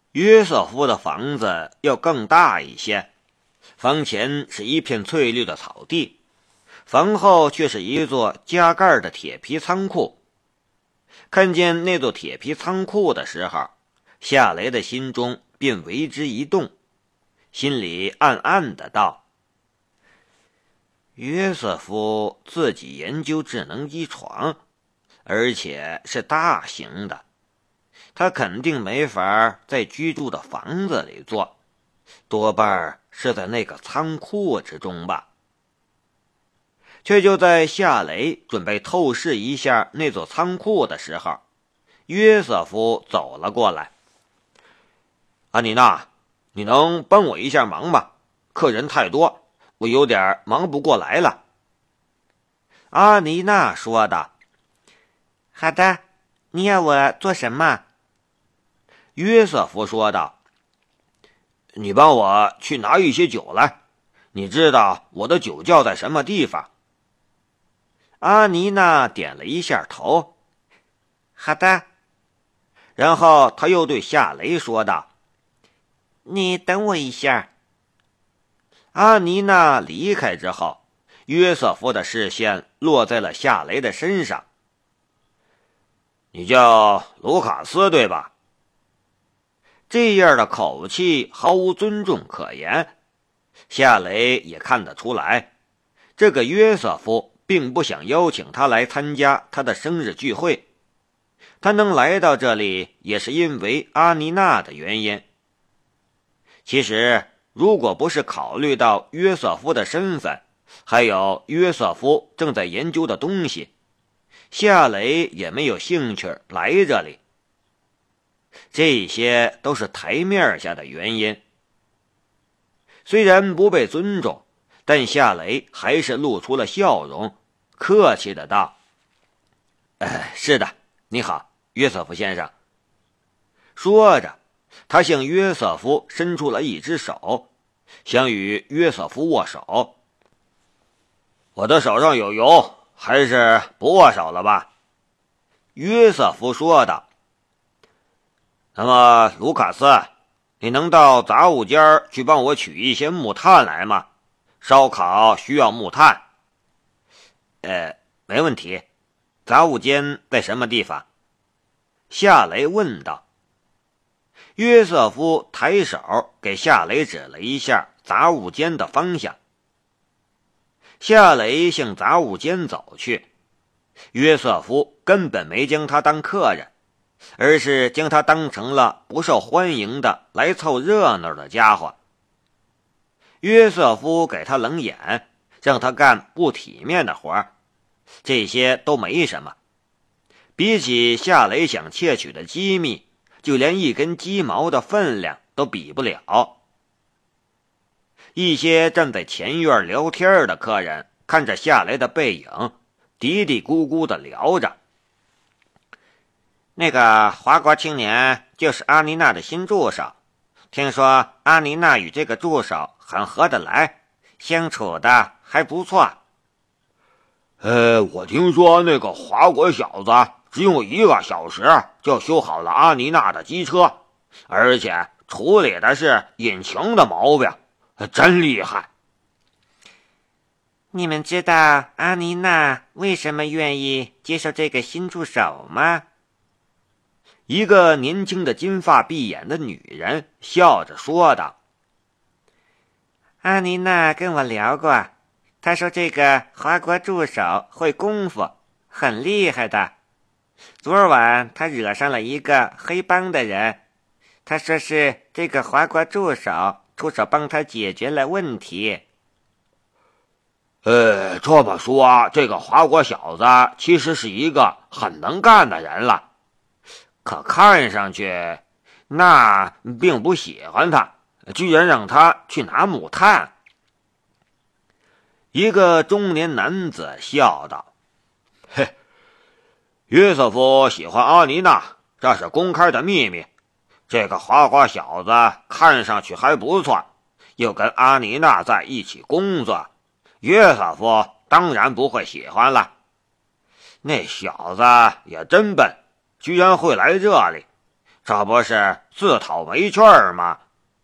约瑟夫的房子要更大一些，房前是一片翠绿的草地，房后却是一座加盖的铁皮仓库。看见那座铁皮仓库的时候，夏雷的心中便为之一动，心里暗暗的道：约瑟夫自己研究智能机床，而且是大型的，他肯定没法在居住的房子里做，多半是在那个仓库之中吧。却就在夏雷准备透视一下那座仓库的时候，约瑟夫走了过来。阿妮娜，你能帮我一下忙吗？客人太多，我有点忙不过来了。阿妮娜说道。 好的，你要我做什么？ 约瑟夫说道。你帮我去拿一些酒来，你知道我的酒窖在什么地方？阿妮娜点了一下头。 好的。 然后他又对夏雷说道： 你等我一下。 阿妮娜离开之后，约瑟夫的视线落在了夏雷的身上。你叫卢卡斯对吧？这样的口气毫无尊重可言，夏雷也看得出来，这个约瑟夫并不想邀请他来参加他的生日聚会，他能来到这里也是因为阿妮娜的原因。其实如果不是考虑到约瑟夫的身份，还有约瑟夫正在研究的东西，夏雷也没有兴趣来这里。这些都是台面下的原因。虽然不被尊重，但夏雷还是露出了笑容，客气的道：是的，你好，约瑟夫先生。说着，他向约瑟夫伸出了一只手，想与约瑟夫握手。我的手上有油，还是不握手了吧？约瑟夫说道。那么卢卡斯，你能到杂物间去帮我取一些木炭来吗？烧烤需要木炭。没问题。杂物间在什么地方？夏雷问道。约瑟夫抬手给夏雷指了一下杂物间的方向。夏雷向杂物间走去，约瑟夫根本没将他当客人，而是将他当成了不受欢迎的来凑热闹的家伙。约瑟夫给他冷眼，让他干不体面的活儿，这些都没什么。比起夏雷想窃取的机密，就连一根鸡毛的分量都比不了。一些站在前院聊天的客人看着夏雷的背影，嘀嘀咕咕地聊着。 那个华国青年就是阿妮娜的新助手，听说阿妮娜与这个助手很合得来，相处的还不错。 我听说那个华国小子只用1个小时就修好了阿妮娜的机车，而且处理的是引擎的毛病，真厉害。 你们知道阿妮娜为什么愿意接受这个新助手吗？ 一个年轻的金发碧眼的女人笑着说道。 阿妮娜跟我聊过，她说这个华国助手会功夫，很厉害的。昨晚她惹上了一个黑帮的人，她说是这个华国助手出手帮她解决了问题。 这么说，这个华国小子其实是一个很能干的人了，可看上去那并不喜欢他，居然让他去拿木炭。 一个中年男子笑道：嘿，约瑟夫喜欢阿妮娜，这是公开的秘密。这个华国小子看上去还不错，又跟阿妮娜在一起工作，约瑟夫当然不会喜欢了。那小子也真笨，居然会来这里， 这不是自讨没趣儿吗？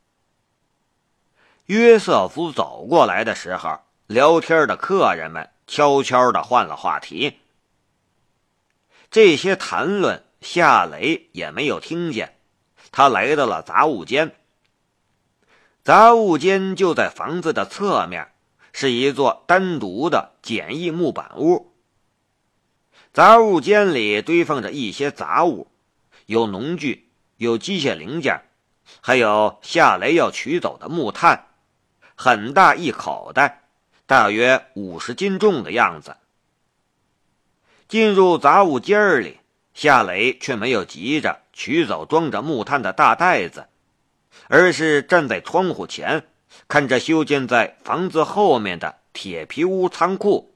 约瑟夫走过来的时候，聊天的客人们悄悄地换了话题。这些谈论夏雷也没有听见，他来到了杂物间。杂物间就在房子的侧面，是一座单独的简易木板屋。杂物间里堆放着一些杂物，有农具，有机械零件，还有夏雷要取走的木炭，很大一口袋，大约50斤重的样子。进入杂物间里，夏雷却没有急着取走装着木炭的大袋子，而是站在窗户前，看着修建在房子后面的铁皮屋仓库。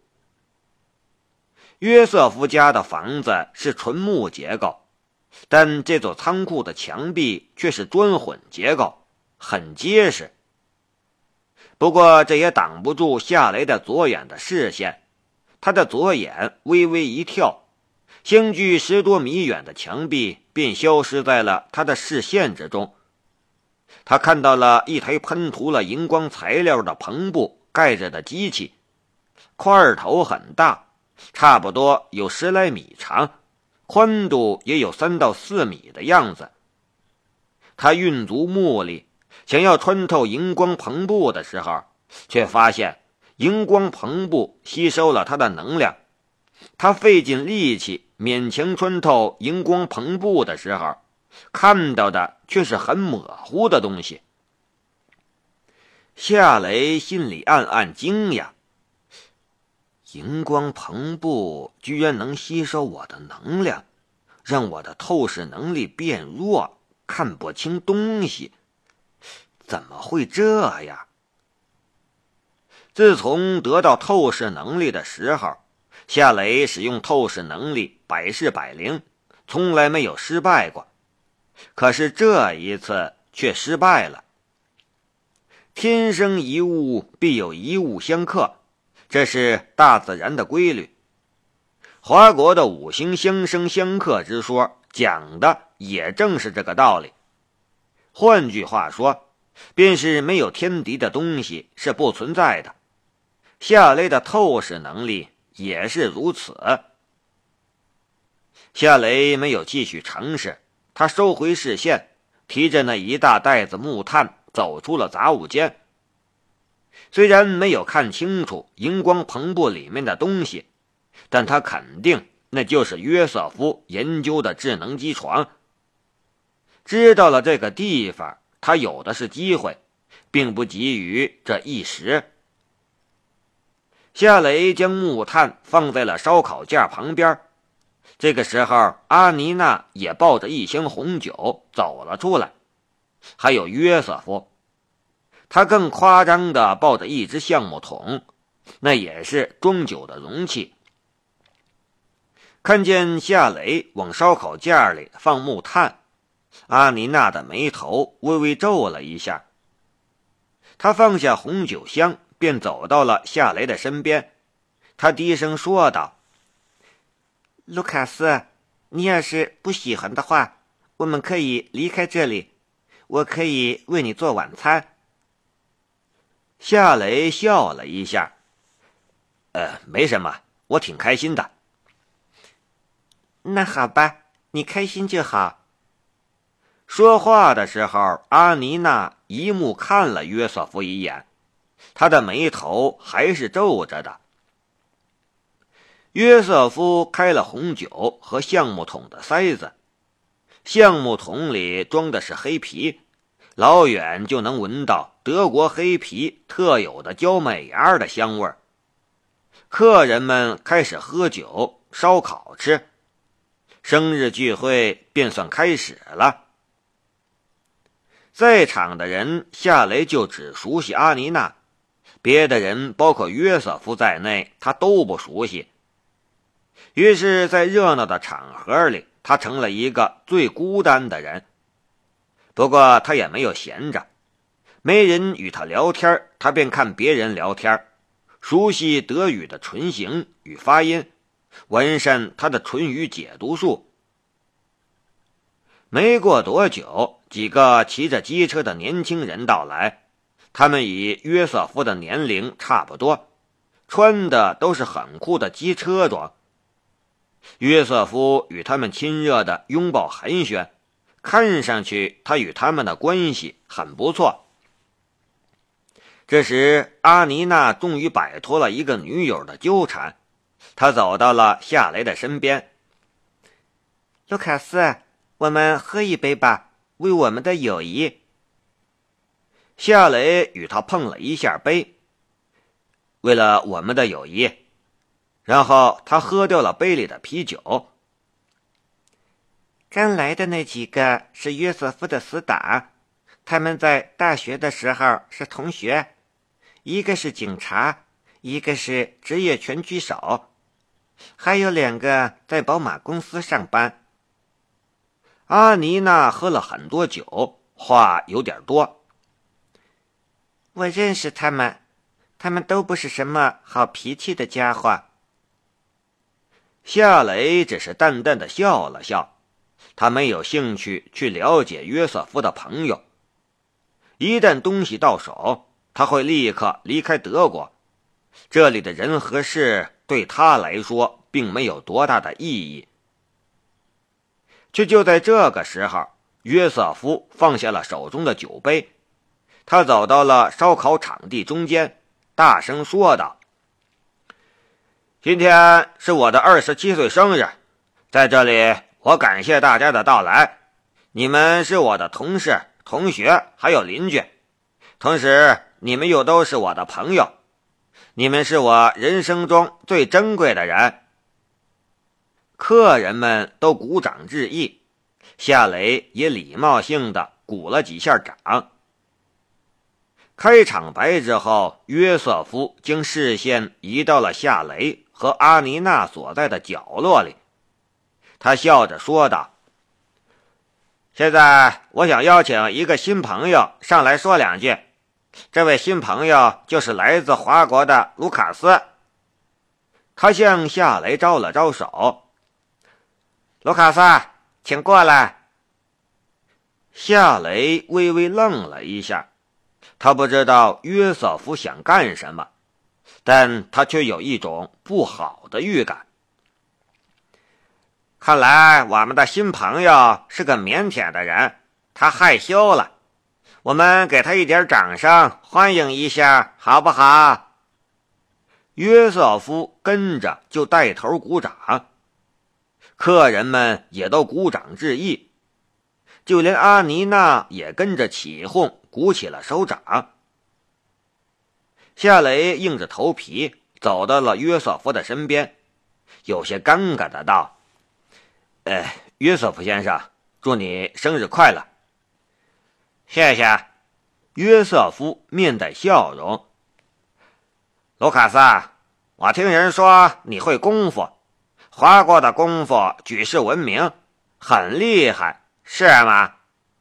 约瑟夫家的房子是纯木结构，但这座仓库的墙壁却是砖混结构，很结实。不过这也挡不住夏雷的左眼的视线，他的左眼微微一跳，相距10多米远的墙壁便消失在了他的视线之中。他看到了一台喷涂了荧光材料的篷布盖着的机器，块头很大，差不多有10来米长，宽度也有3到4米的样子。他运足目力，想要穿透荧光篷布的时候，却发现荧光篷布吸收了他的能量。他费尽力气勉强穿透荧光篷布的时候，看到的却是很模糊的东西。夏雷心里暗暗惊讶，荧光篷布居然能吸收我的能量，让我的透视能力变弱，看不清东西。怎么会这样？自从得到透视能力的时候，夏雷使用透视能力百试百灵，从来没有失败过。可是这一次却失败了。天生一物，必有一物相克，这是大自然的规律。华国的5行相生相克之说讲的也正是这个道理。换句话说，便是没有天敌的东西是不存在的。夏雷的透视能力也是如此。夏雷没有继续尝试，他收回视线，提着那一大袋子木炭走出了杂物间。虽然没有看清楚荧光篷布里面的东西，但他肯定那就是约瑟夫研究的智能机床。知道了这个地方，他有的是机会，并不急于这一时。夏雷将木炭放在了烧烤架旁边。这个时候，阿妮娜也抱着一箱红酒走了出来，还有约瑟夫，他更夸张地抱着一只橡木桶，那也是装酒的容器。看见夏雷往烧烤架里放木炭，阿妮娜的眉头微微皱了一下。他放下红酒箱，便走到了夏雷的身边。他低声说道： 卢卡斯，你要是不喜欢的话，我们可以离开这里，我可以为你做晚餐。 夏雷笑了一下，没什么，我挺开心的。 那好吧，你开心就好。 说话的时候，阿妮娜一目看了约瑟夫一眼，他的眉头还是皱着的。约瑟夫开了红酒和橡木桶的塞子，橡木桶里装的是黑啤，老远就能闻到德国黑啤特有的焦麦芽的香味儿。客人们开始喝酒烧烤吃，生日聚会便算开始了。在场的人，夏雷就只熟悉阿妮娜，别的人包括约瑟夫在内，他都不熟悉。于是在热闹的场合里，他成了一个最孤单的人。不过他也没有闲着，没人与他聊天，他便看别人聊天，熟悉德语的唇形与发音，完善他的唇语解读术。 没过多久，几个骑着机车的年轻人到来，他们与约瑟夫的年龄差不多，穿的都是很酷的机车装。约瑟夫与他们亲热的拥抱寒暄，看上去他与他们的关系很不错。这时，阿妮娜终于摆脱了一个女友的纠缠，她走到了夏雷的身边。 卢卡斯，我们喝一杯吧，为我们的友谊。 夏雷与他碰了一下杯，为了我们的友谊。然后他喝掉了杯里的啤酒。 刚来的那几个是约瑟夫的死党，他们在大学的时候是同学，一个是警察，一个是职业拳击手，还有2个在宝马公司上班。 阿妮娜喝了很多酒，话有点多。 我认识他们，他们都不是什么好脾气的家伙。 夏雷只是淡淡的笑了笑，他没有兴趣去了解约瑟夫的朋友。一旦东西到手，他会立刻离开德国，这里的人和事对他来说并没有多大的意义。却就在这个时候，约瑟夫放下了手中的酒杯，他走到了烧烤场地中间，大声说道：今天是我的27岁生日，在这里我感谢大家的到来，你们是我的同事、同学还有邻居，同时你们又都是我的朋友，你们是我人生中最珍贵的人。客人们都鼓掌致意，夏雷也礼貌性的鼓了几下掌。开场白之后，约瑟夫将视线移到了夏雷和阿妮娜所在的角落里，他笑着说道：现在我想邀请一个新朋友上来说2句，这位新朋友就是来自华国的卢卡斯。他向夏雷招了招手。 卢卡斯，请过来。 夏雷微微愣了一下，他不知道约瑟夫想干什么，但他却有一种不好的预感。 看来我们的新朋友是个腼腆的人，他害羞了，我们给他一点掌声欢迎一下好不好？ 约瑟夫跟着就带头鼓掌，客人们也都鼓掌致意，就连阿妮娜也跟着起哄，鼓起了手掌。夏雷硬着头皮走到了约瑟夫的身边，有些尴尬的道：约瑟夫先生，祝你生日快乐。 谢谢。 约瑟夫面带笑容。 卢卡斯，我听人说你会功夫，华国的功夫举世闻名，很厉害，是吗？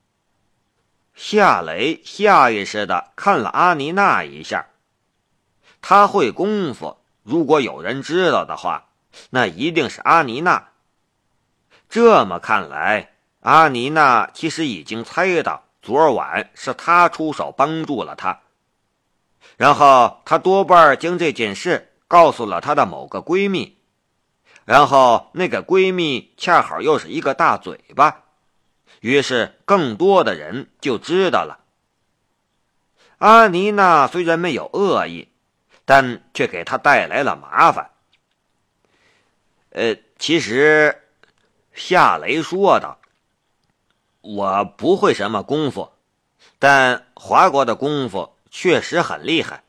夏雷下意识地看了阿妮娜一下，他会功夫，如果有人知道的话，那一定是阿妮娜。这么看来，阿妮娜其实已经猜到昨晚是她出手帮助了他，然后她多半将这件事告诉了她的某个闺蜜，然后那个闺蜜恰好又是一个大嘴巴，于是更多的人就知道了。阿妮娜虽然没有恶意，但却给她带来了麻烦。其实夏雷说道，我不会什么功夫，但华国的功夫确实很厉害。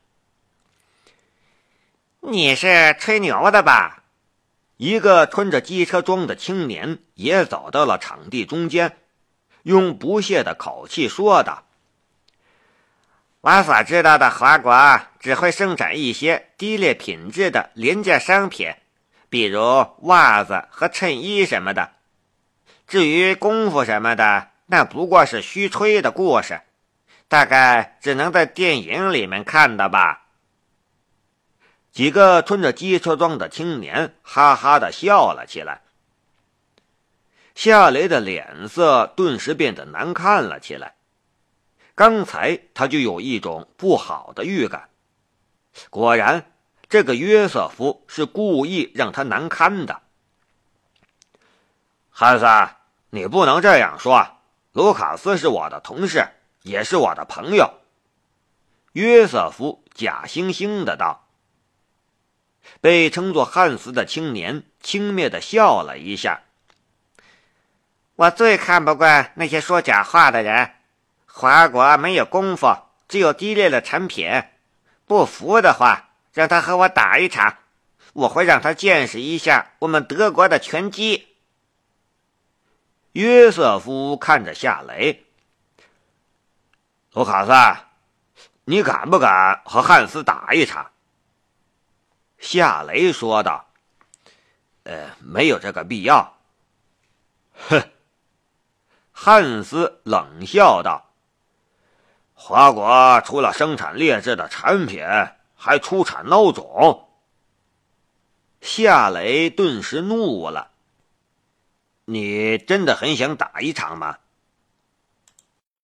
你是吹牛的吧？ 一个穿着机车装的青年也走到了场地中间，用不屑的口气说道： 我所知道的华国只会生产一些低劣品质的廉价商品，比如袜子和衬衣什么的。至于功夫什么的，那不过是虚吹的故事，大概只能在电影里面看的吧。 几个穿着机车装的青年哈哈地笑了起来。 夏雷的脸色顿时变得难看了起来。刚才他就有一种不好的预感，果然，这个约瑟夫是故意让他难堪的。汉斯，你不能这样说，卢卡斯是我的同事，也是我的朋友。约瑟夫假惺惺的道。被称作汉斯的青年轻蔑地笑了一下。 我最看不惯那些说假话的人。华国没有功夫，只有低劣的产品。不服的话，让他和我打一场，我会让他见识一下我们德国的拳击。 约瑟夫看着夏雷。卢卡斯，你敢不敢和汉斯打一场？夏雷说道。没有这个必要。哼！汉斯冷笑道。华国除了生产劣质的产品，还出产孬种。夏雷顿时怒了。你真的很想打一场吗？